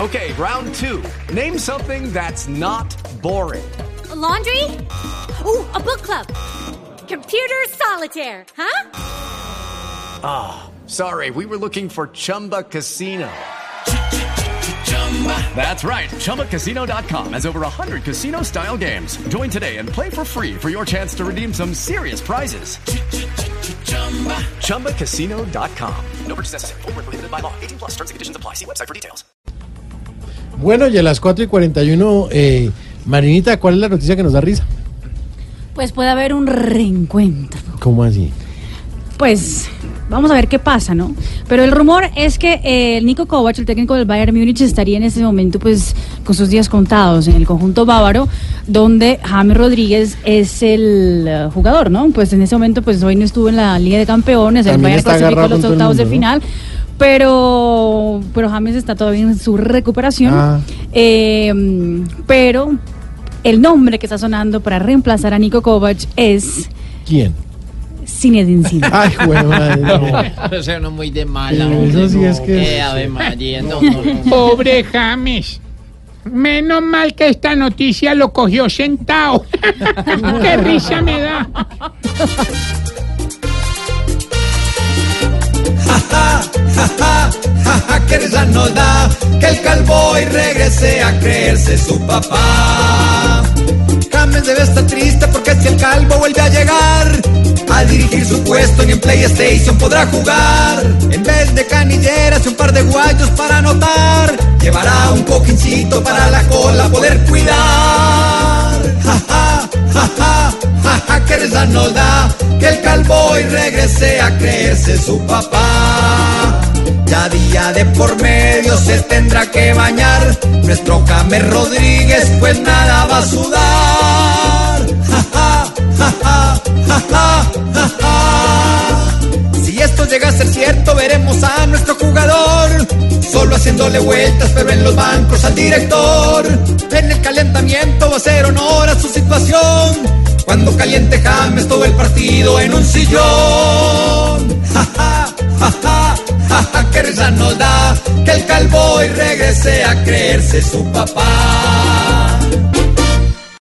Okay, round two. Name something that's not boring. A laundry? Ooh, a book club. Computer solitaire, huh? Ah, sorry, we were looking for Chumba Casino. That's right, ChumbaCasino.com has over 100 casino-style games. Join today and play for free for your chance to redeem some serious prizes. ChumbaCasino.com. No purchase necessary. Void where prohibited by law. 18+ terms and conditions apply. See website for details. Bueno, y a las 4:41, Marinita, ¿cuál es la noticia que nos da risa? Pues puede haber un reencuentro. ¿Cómo así? Pues vamos a ver qué pasa, ¿no? Pero el rumor es que Niko Kovac, el técnico del Bayern Múnich, estaría en este momento pues con sus días contados en el conjunto bávaro, donde James Rodríguez es el jugador, ¿no? Pues en ese momento pues hoy no estuvo en la Liga de Campeones, el Bayern clasificó a los octavos de final. Pero James está todavía en su recuperación. Pero el nombre que está sonando para reemplazar a Niko Kovac es... ¿Quién? Zinedine Zidane. Ay, bueno, O sea, no muy de mala. Eso sí es que... Ave María, no. Pobre James. Menos mal que esta noticia lo cogió sentado. Qué risa me da. Que risa nos da que el Calvoy regrese a creerse su papá. James debe estar triste porque si el Calvo vuelve a llegar a dirigir su puesto ni en PlayStation podrá jugar. En vez de canilleras y un par de guayos para anotar, llevará un cojincito para la cola poder cuidar. Que risa nos da que el Calvoy regrese a creerse su papá. Ya día de por medio se tendrá que bañar nuestro James Rodríguez, pues nada va a sudar. Si esto llega a ser cierto, veremos a nuestro jugador solo haciéndole vueltas, pero en los bancos al director. En el calentamiento va a hacer honor a su situación, cuando caliente James todo el partido en un sillón. Que risa nos da que el Calvoy regrese a creerse su papá.